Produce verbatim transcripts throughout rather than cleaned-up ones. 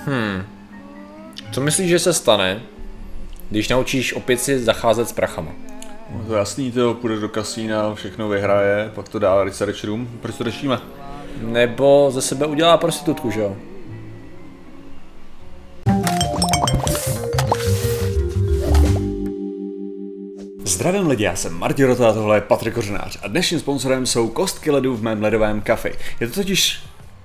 Hmm. Co myslíš, že se stane, když naučíš opici zacházet s prachama? No to jasný, to půjde do kasína, všechno vyhraje, pak to dá research room. Proč to řešíme? Nebo ze sebe udělá prostitutku, že jo? Zdravím lidi, já jsem Martin Rota a tohle je Patrik Kořenář a dnešním sponsorem jsou kostky ledu v mém ledovém kafi. Je to totiž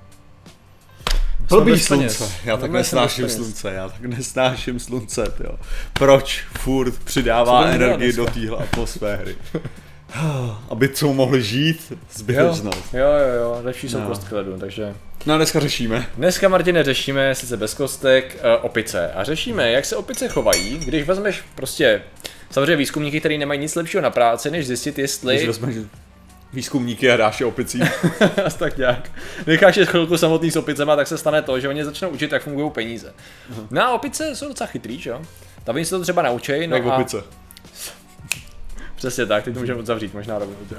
blbý slunce, já tak nesnáším slunce, já tak nesnáším slunce, jo. Proč furt přidává energii do téhle atmosféry? Aby co mohli žít, zbytečnost. Jo, jo, jo, lepší jsou no. Kostky ledu, takže... No dneska řešíme. Dneska, Martine, řešíme, sice bez kostek, opice. A řešíme, jak se opice chovají, když vezmeš prostě... Samozřejmě výzkumníky, kteří nemají nic lepšího na práci, než zjistit, jestli... Když vezmeš výzkumníky a dáš je opicí. Asi tak nějak. Necháš je chvilku samotný s opicema, tak se stane to, že oni začnou učit, jak fungují peníze. Uh-huh. No a opice jsou docela chytrý, že jo? Tak oni se to třeba naučí, no jak a... opice. Přesně tak, teď to můžeme uzavřít, možná rovnou, jo.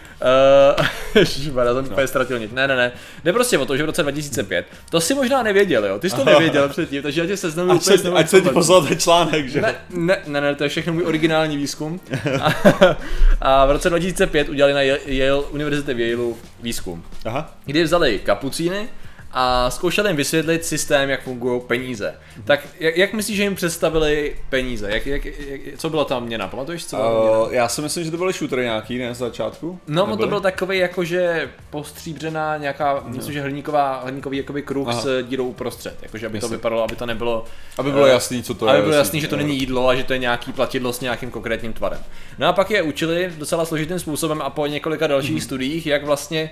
Uh, Ježišmarja, jsem úplně ztratil nic. Ne, ne, ne. Jde prostě o to, že v roce dva tisíce pět, to si možná nevěděl, jo, ty jsi to nevěděl předtím, takže já tě seznamuji úplně s novou Ať se ti poslal ten článek, že? Ne, ne, ne, ne, to je všechno můj originální výzkum. A, a v roce dva tisíce pět udělali na Yale, univerzitě v Yaleu výzkum, Aha. kdy vzali kapucíny a zkoušeli jim vysvětlit systém, jak fungují peníze. Mm-hmm. Tak jak, jak myslíš, že jim představili peníze? Jak, jak, jak, co bylo tam měna? Pamatuješ, co bylo uh, Já si myslím, že to byly shootery nějaký, ne, z začátku? No, Nebyly? To byl takový jakože postříbřená nějaká, no. Myslím, že hliníková, hliníkový jakoby kruh Aha. s dírou uprostřed, jakože aby Myslím. to vypadalo, aby to nebylo... Aby bylo uh, jasný, co to aby je. Aby bylo jasný, že to není jídlo a že to je nějaký platidlo s nějakým konkrétním tvarem. No a pak je učili docela složitým způsobem a po několika dalších mm-hmm. studiích, jak vlastně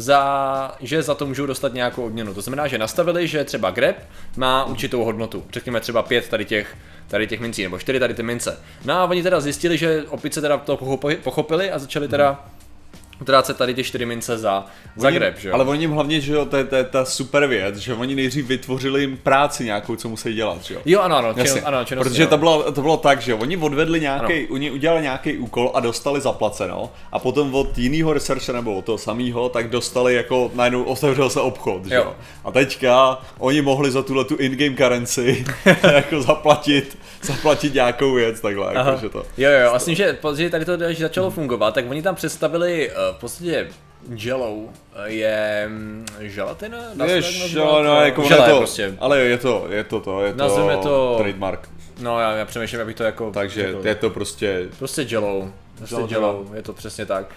za, že za to můžou dostat nějakou odměnu. To znamená, že nastavili, že třeba grep má určitou hodnotu. Řekněme třeba pět tady těch, tady těch mincí, nebo čtyři tady ty mince. No a oni teda zjistili, že opice teda to pochopili a začali teda utrácet tady ty čtyři mince za, za grep, že jo? Ale oni jim hlavně, že jo, to je, to je ta super věc, že oni nejdřív vytvořili jim práci nějakou, co musí dělat, že jo? Jo, ano, ano, činu, ano činnosti, protože no. to bylo, to bylo tak, že oni odvedli nějaký, oni udělali nějaký úkol a dostali zaplaceno a potom od jiného researchera nebo od toho samého, tak dostali jako, najednou otevřel se obchod, že jo? A teďka oni mohli za tuhle tu in-game currency jako zaplatit, zaplatit nějakou věc, takhle, jako, že to. Jo, jo, vlastně, že později tady to začalo fungovat, tak oni tam představili v podstatě gelou je želatina? Je želatina, jako želé, je to, prostě. Ale je to, je to to, je to, to trademark. No já, já přemýšlím, abych to jako... Takže jako, je to prostě... Prostě gelou. Prostě gelou, je to přesně tak.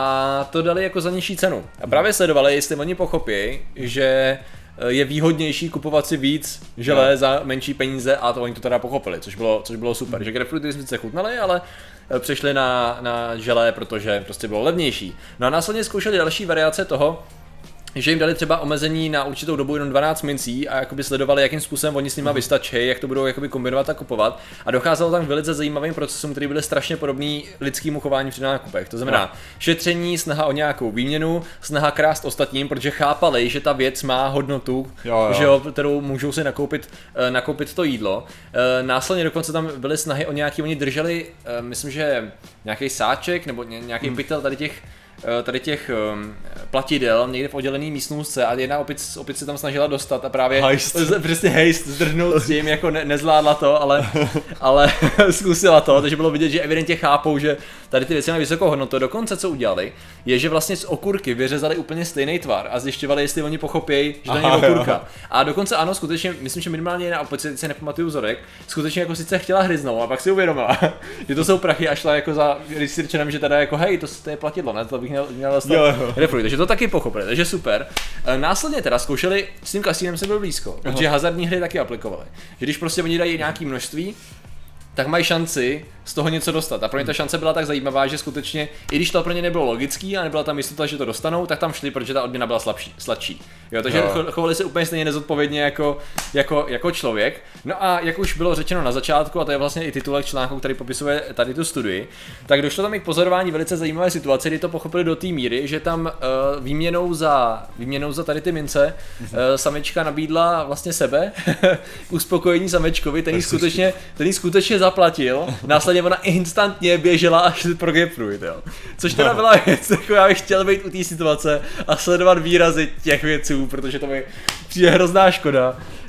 A to dali jako za nižší cenu. A právě sledovali, jestli oni pochopí, že je výhodnější kupovat si víc želé no. za menší peníze a to oni to teda pochopili, což bylo, což bylo super. Že grapefruity sice chutnaly, ale přešli na, na želé, protože prostě bylo levnější. No a následně zkoušeli další variace toho, že jim dali třeba omezení na určitou dobu jenom dvanáct mincí a jakoby sledovali, jakým způsobem oni s nima vystačí, jak to budou jakoby kombinovat a kupovat. A docházelo tam k velice zajímavým procesům, které byly strašně podobný lidskému chování při nákupech. To znamená no. šetření, snaha o nějakou výměnu, snaha krást ostatním, protože chápali, že ta věc má hodnotu, jo, jo. Že jo, kterou můžou si nakoupit, nakoupit to jídlo. Následně dokonce tam byly snahy o nějaký, oni drželi, myslím, že nějaký sáček nebo nějaký hmm. pytel tady těch tady těch um, platidel někde v oddělený místnostce a jedna opic, opic se tam snažila dostat a právě přesně hejst, zdrhnout s tím, jako ne, nezvládla to, ale, ale zkusila to, takže bylo vidět, že evidentně chápou, že tady ty věci mají vysokou hodnotu. Dokonce co udělali, je, že vlastně z okurky vyřezali úplně stejný tvar a zjišťovali, jestli oni pochopí, že to není okurka. Jo. A dokonce ano, skutečně, myslím, že minimálně jedna opice, se nepamatuju vzorek, skutečně jako sice chtěla hryznout a pak si uvědomila, že to jsou prachy a šla jako za researcherem, že teda jako hej, to, to je platidlo, ne, to bych měl, měl dostat refruit, takže to taky pochopili, takže super. Následně teda zkoušeli, s tím kasínem se byl blízko, Aha. protože hazardní hry taky aplikovali, že když prostě oni dají nějaký množství, tak mají šanci z toho něco dostat. A pro ně ta šance byla tak zajímavá, že skutečně, i když to pro ně nebylo logický a nebyla tam jistota, že to dostanou, tak tam šli, protože ta odměna byla slabší, sladší. Jo, takže no. chovali se úplně stejně nezodpovědně jako, jako, jako člověk. No a jak už bylo řečeno na začátku, a to je vlastně i titulek článku, který popisuje tady tu studii, tak došlo tam i k pozorování velice zajímavé situace, kdy to pochopili do té míry, že tam uh, výměnou, za, výměnou za tady ty mince uh, samička nabídla vlastně sebe k uspokojení samečkovi, ten jí skutečně, ten jí skutečně zaplatil, následně ona instantně běžela až pro grapefruit, jo. Což teda byla věc, jako já bych chtěl být u té situace a sledovat výrazy těch věců, protože to mi přijde hrozná škoda,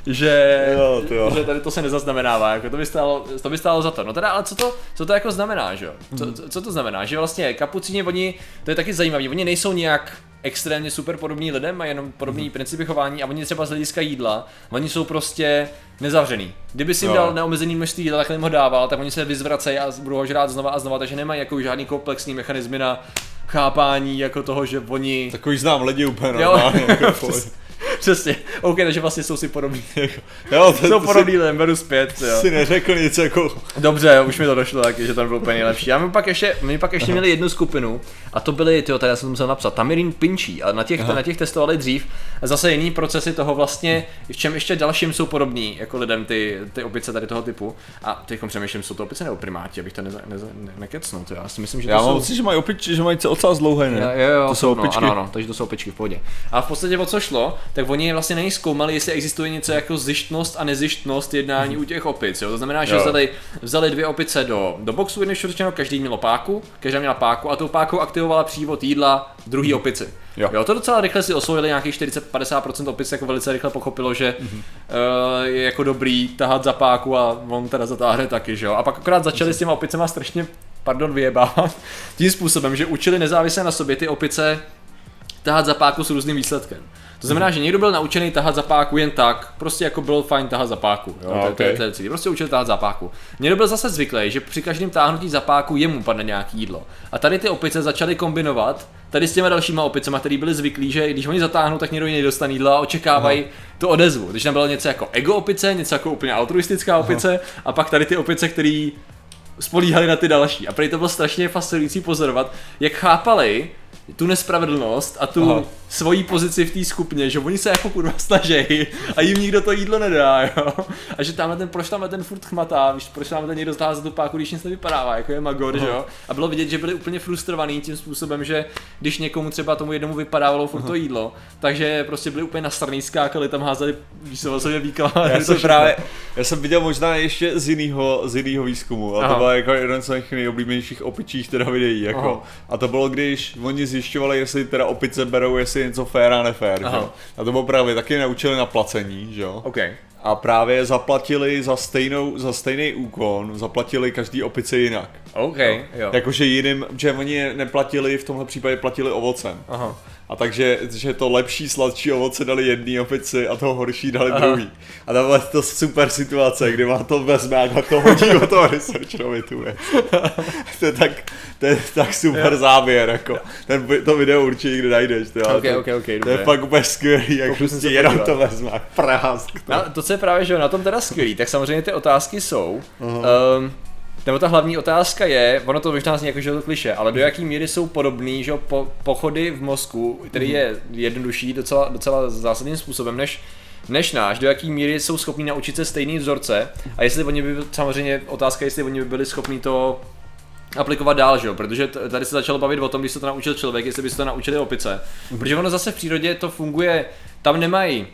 že, jo, to že tady to se nezaznamenává, jako to by stálo, to by stálo za to. No teda, ale co to, co to jako znamená, že jo? Co, co, co to znamená? Že vlastně kapucíni, oni, to je taky zajímavý, oni nejsou nějak extrémně super podobní lidem, mají jenom podobný hmm. principy chování a oni třeba z hlediska jídla, oni jsou prostě nezavřený. Kdyby si jim dal neomezený množství jídla, takhle jim ho dával, tak oni se vyzvracejí a budou ho žrát znova a znova, takže nemají jako žádný komplexní mechanismy na chápání jako toho, že oni... Takový znám lidi úplně normálně. Jako přesně, OK, takže vlastně jsou si podobní. Jo, to, jsou to podobní lidem, beru zpět. Jo. Si neřekl nic jako... Dobře, už mi to došlo taky, že to bylo úplně nejlepší. A my pak ještě, my pak ještě měli jednu skupinu a to byly, tyjo, tady já jsem to musel napsat, Tamirin Pinčí a na těch, na těch testovali dřív a zase jiný procesy toho vlastně, v čem ještě dalším jsou podobní jako lidem ty, ty opice tady toho typu. A teď přemýšlím, jsou to opice nebo primáti, abych to neza, neza, ne, nekecnul, to já si myslím, že to já jsou... mám pocit, že mají opičky, že mají ocas dlouhé, ne? Jo, jo, to jsou opičky. No, ano, ano, takže to jsou opičky v pohodě. A v podstatě o co šlo, tak oni vlastně není zkoumali, jestli existuje něco jako zištnost a nezištnost jednání u těch opic. Jo? To znamená, že vzali, vzali dvě opice do, do boxu, jednou řečeno, každý měl páku, každá měla páku a tou pákou aktivovala přívod jídla druhý opici. Jo. Jo, to docela rychle si osvojili, nějakých čtyřicet až padesát procent opic jako velice rychle pochopilo, že mm-hmm. uh, je jako dobrý tahat za páku a on teda zatáhne taky, že jo. A pak akorát začali s těma opicema strašně, pardon, vyjebávat tím způsobem, že učili nezávisle na sobě ty opice tahat za páku s různým výsledkem. To znamená, že někdo byl naučený tahat za páku jen tak, prostě jako byl fajn tahat za páku, jo, oh, okay. to je celý, prostě učil tahat za páku. Někdo byl zase zvyklý, že při každém táhnutí za páku jemu padne nějaký jídlo. A tady ty opice začaly kombinovat tady s těma dalšíma opicema, který byli zvyklí, že když oni zatáhnou, tak někdo jiný dostane jídlo a očekávají Aha. tu odezvu. Takže tam bylo něco jako ego opice, něco jako úplně altruistická opice Aha. a pak tady ty opice, který spolíhali na ty další. A prý to bylo strašně fascinující pozorovat, jak chápali tu nespravedlnost a tu Aha. svoji pozici v té skupině, že oni se jako kurva snaží a jim nikdo to jídlo nedá, jo. A že tamhle ten, proč tamhle ten furt chmatá, víš, proč tamhle ten někdo ztahá za tu páku, když nic nevypadává, jako je magor, že jo. A bylo vidět, že byli úplně frustrovaní tím způsobem, že když někomu třeba tomu jednomu vypadávalo furt to jídlo, takže prostě byli úplně nasraný, skákali tam, házeli, víš co, vlastně výkala. Já jsem právě, já jsem viděl možná ještě z jiného, z jiného výzkumu a Aha. to byl jako jeden z těch nejoblíbenějších opičích teda videí, jako. Aha. A to bylo, když oni zjišťovali, jestli teda opice berou, jestli je něco fér a nefér, že? A to bylo právě taky naučili na placení, že jo? Okay. A právě zaplatili za, stejnou, za stejný úkon, zaplatili každý opice jinak. OK, jo. jo. Jakože jiným, že oni neplatili, v tomhle případě platili ovocem. Aha. A takže že to lepší, sladší ovoce dali jedný opici a toho horší dali Aha. druhý. A tam byla to super situace, kdy má to vezme a to hodí o toho researcherovi tu věc. to, je tak, to je tak super záběr, jako. Ten, to video určitě někde najdeš. To, okay, to, okay, okay, to je fakt úplně skvělý, jak prostě jenom to vezme a prásk. To. No, to, co je právě že na tom teda skvělý, tak samozřejmě ty otázky jsou. Um, nebo ta hlavní otázka je, ono to možná zní jako, že to kliše, ale do jaký míry jsou podobný, že po, pochody v mozku, který je jednodušší docela, docela zásadním způsobem než, než náš, do jaký míry jsou schopní naučit se stejný vzorce a jestli oni by, samozřejmě otázka, jestli oni by byli schopní to aplikovat dál, že jo, protože tady se začalo bavit o tom, když se to naučil člověk, jestli by se to naučili opice, mm. protože ono zase v přírodě to funguje, tam nemají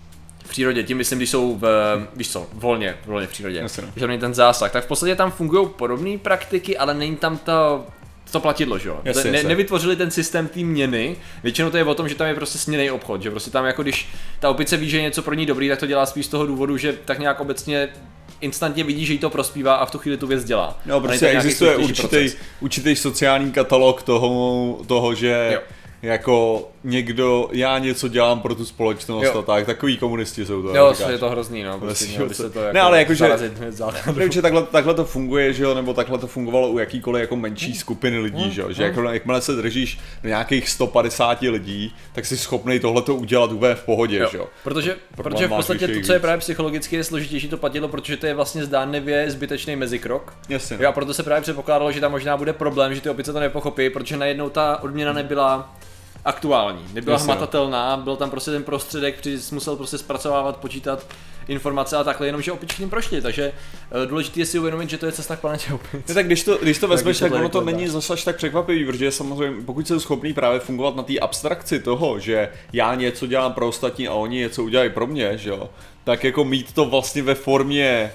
v přírodě, tím myslím, když jsou v, víš co, volně, volně v přírodě, že není ten zásah, tak v podstatě tam fungují podobné praktiky, ale není tam to, to platidlo, že jo. Jasně, ne, jasně. Nevytvořili ten systém té měny, většinou to je o tom, že tam je prostě směnný obchod, že prostě tam jako když ta opice ví, že je něco pro ní dobrý, tak to dělá spíš z toho důvodu, že tak nějak obecně instantně vidí, že jí to prospívá a v tu chvíli tu věc dělá. No, prostě existuje určitý, určitý sociální katalog toho, toho že jo. Jako někdo, já něco dělám pro tu společnost jo. a tak, takový komunisti jsou to. Jo, je to hrozný, no, prostě mělo by se to jako ne, ale jako, zarazit že, že takhle, takhle to funguje, že jo, nebo takhle to fungovalo u jakýkoliv jako menší skupiny lidí, že jo, že jako, jakmile se držíš do nějakých sto padesát lidí, tak jsi schopnej tohleto udělat úplně v pohodě, jo. že jo. Protože, protože v podstatě to, co je právě psychologicky, je složitější to platilo, protože to je vlastně zdánlivě zbytečný mezikrok. Jasně. Jo, a proto se právě předpokládalo, že tam možná bude problém, že ty opice to nepochopí, protože najednou ta odměna nebyla aktuální, nebyla Jasně. hmatatelná, byl tam prostě ten prostředek, musel prostě zpracovávat, počítat informace a takhle, jenom že opičky ním prošly, takže důležité je si uvědomit, že to je cesta k planetě opic. Ne, tak když to, když to vezmeš, tak, tak ono to není zase až tak překvapivý, protože samozřejmě pokud jsou schopný právě fungovat na té abstrakci toho, že já něco dělám pro ostatní a oni něco udělají pro mě, že jo, tak jako mít to vlastně ve formě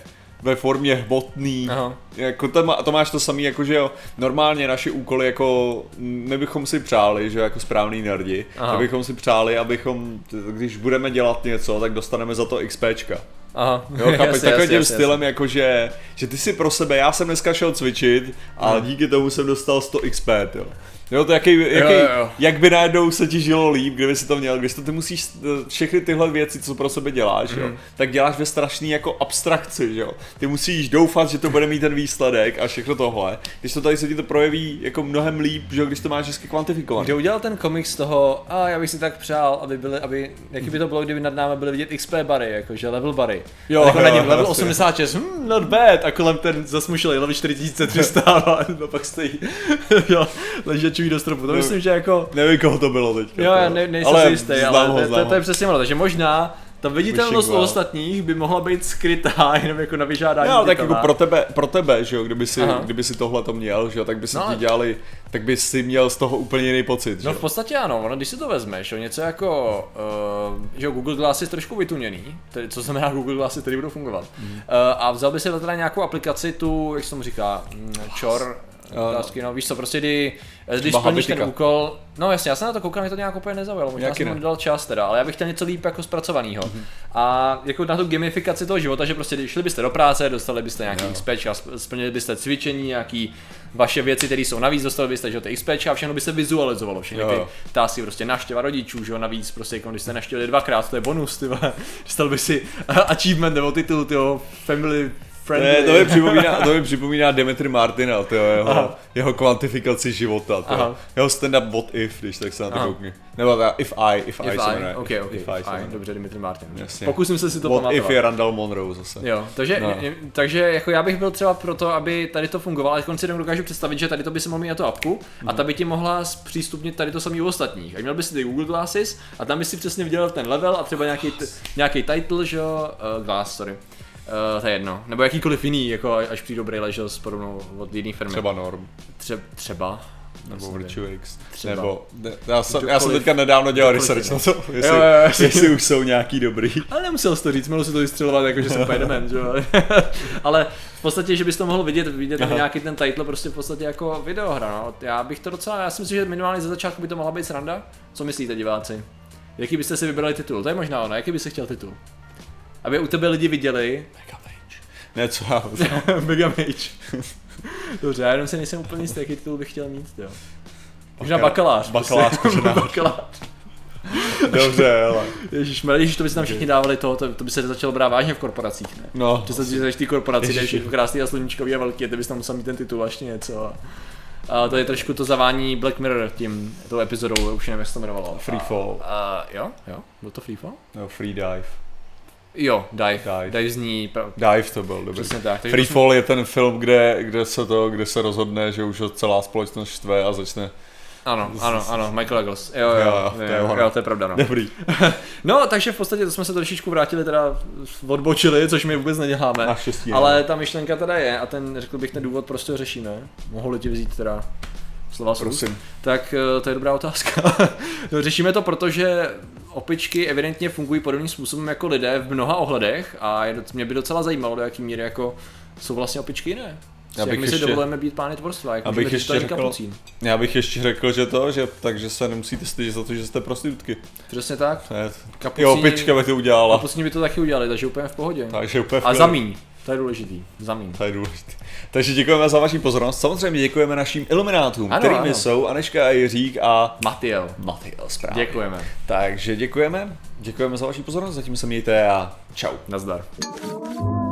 ve formě hmotný. Aha. Jako to, má, to máš to samý, jako že jo, normálně naše úkoly, jako my bychom si přáli, že jako správný nerdi, my bychom si přáli, abychom, když budeme dělat něco, tak dostaneme za to XPčka. Aha, jo, chápeš, takovým tím jasný, stylem, jako že, že ty si pro sebe, já jsem dneska šel cvičit a hmm. díky tomu jsem dostal sto X P, jo. Jo, to jaký, jaký, jo, jo. Jak by najednou se ti žilo líp, kdyby si to měl, když to ty musíš všechny tyhle věci, co pro sebe děláš, mm. jo, tak děláš ve strašný jako abstrakci, jo. Ty musíš doufat, že to bude mít ten výsledek a všechno tohle. Když to tady se ti to projeví jako mnohem líp, že jo, když to máš vždycky kvantifikovat. Kdo udělal ten komik z toho, a já bych si tak přál, aby byly, aby, jaký by to bylo, kdyby nad námi byly vidět X P bary, jakože level bary. Jo, jako jo, na něm level osmdesát šest, hm, not bad, a kolem ten zasmušilej level čtyři tisíce tři sta, a pak stojí, jo, ležečují do stropu. To no, myslím, že jako... Nevím, koho to bylo teďka. Jo, já ne, nejsem si jistý, ale ho, to, to, to je přesně ono, takže možná ta viditelnost u ostatních by mohla být skrytá jenom jako na vyžádání. No, tak jako pro tebe, pro tebe, že jo, kdyby si, kdyby si tohle to měl, že jo, tak by si no, ti dělali, tak by si měl z toho úplně jiný pocit, že no jo? V podstatě ano, ono, když si to vezmeš, jo, něco jako, uh, že jo, Google Glass je trošku vytuněný, tedy, co znamená Google Glassy, které budou fungovat. Mm. Uh, a vzal by si teda nějakou aplikaci, tu, jak se tomu říká, Chor, otázky, no víš co, prostě kdy, když splníš ten úkol, no jasně, já jsem na to koukal, mě to nějak úplně nezaujalo, možná Jaký jsem mu dal čas teda, ale já bych chtěl něco líp jako zpracovanýho. Mm-hmm. A jako na tu gamifikaci toho života, že prostě šli byste do práce, dostali byste nějaký X P, splnili byste cvičení, nějaký vaše věci, které jsou navíc, dostali byste, že ty X P a všechno by se vizualizovalo, všechny ty tásky, prostě návštěva rodičů, že jo, navíc prostě jako když jste navštívili dvakrát, to je bonus, ty vole, dostal by si achievement nebo titul, tyho, family Ne, to mi připomíná, to mi připomíná Demetri Martina, tyjo, jeho, jeho kvantifikaci života, tyjo. Jeho stand-up What If, když tak se na to koukni. Nebo ta If I, If, if I se jmenuje. Okay, okay, if I, if I dobře, Demetri Martin. Jasně. Pokusím se si to What pamatovat. If je Randall Monroe zase. Jo, takže, no. takže jako já bych byl třeba pro to, aby tady to fungovalo, ale konci dokážu představit, že tady to by si mohl mít na tu apku mm. a ta by ti mohla zpřístupnit tady to samý u ostatních. A měl by si ty Google Glasses a tam by si přesně viděl ten level a třeba nějaký, nějaký title, že jo, uh, Glass, sorry. Uh, to je jedno, nebo jakýkoliv jiný, jako až přijde dobrý ležel s podobnou od jiný firmy. Třeba Norm. Tře- třeba. Nebo Virtuix. Nebo, ne, já, jsem, já jsem teďka nedávno dělal research na to, jestli, jo, jo, jo. jestli už jsou nějaký dobrý. Ale nemusel jsi to říct, mohl si to vystřelovat, jako že jsem Spider-Man, že jo. Ale v podstatě, že bys to mohl vidět, vidět nějaký ten title, prostě v podstatě jako videohra, no. Já bych to docela, já si myslím, že minimálně ze začátku by to mohla být sranda. Co myslíte, diváci? Jaký byste si vybrali titul? To je možná ono, jaký byste chtěl titul? Aby u tebe lidi viděli Megamage. Ne, co já Megamage. Dobře, já jenom se nejsem úplně jistý, jaký titul bych chtěl mít, jo. Možná bakalář. Bakalář, bakalář. Dobře, ale. Ježišmarja, ježiš, to by si tam všichni dávali to, to, to by se začalo brát vážně v korporacích, ne? No. Představ si, že ty korporaci dají všechno krásný a sluníčkový a velký, a ty bys tam musel mít ten titul ještě něco. A to je trošku to zavání Black Mirror tím, tou epizodou, už nevím, jak se to jmenovalo. Free Fall. A, a, jo, jo, byl to Free Fall? No, Free Dive. Jo, Dive. Dive, Dive zní... Pra... Dive to byl, dobrý. Přesně tak. Free Fall je ten film, kde, kde, se to, kde se rozhodne, že už ho celá společnost štve a začne... Ano, ano, ano, Michael Douglas. Jo, jo, jo, jo, to, je jo, jo, to je pravda, no. Dobrý. No, takže v podstatě to jsme se trošičku vrátili, teda odbočili, což my vůbec neděláme. Naštěstí, ale ta myšlenka teda je, a ten, řekl bych, ten důvod prostě řešíme. Mohu ti vzít teda slova z tak to je dobrá otázka. Řešíme to, protože opičky evidentně fungují podobným způsobem jako lidé v mnoha ohledech a je, mě by docela zajímalo, do jaký míry jako jsou vlastně opičky jiné. Já bych my ještě, si dovolujeme být pány tvorstva, jako abych ještě řekl, já bych ještě řekl, že to, že takže se nemusíte stydět za to, že jste prostitutky. Přesně tak. I opička by to udělala. Kapucíni by to taky udělali, takže úplně v pohodě. Takže úplně v a zamíň. To je důležitý. Zamíň. To je důležitý. Takže děkujeme za vaši pozornost. Samozřejmě děkujeme našim iluminátům, ano, kterými ano. jsou Aneška a Jiřík a Matiel. Matiel, správně. Děkujeme. Takže děkujeme. Děkujeme za vaši pozornost. Zatím se mějte a čau. Nazdar.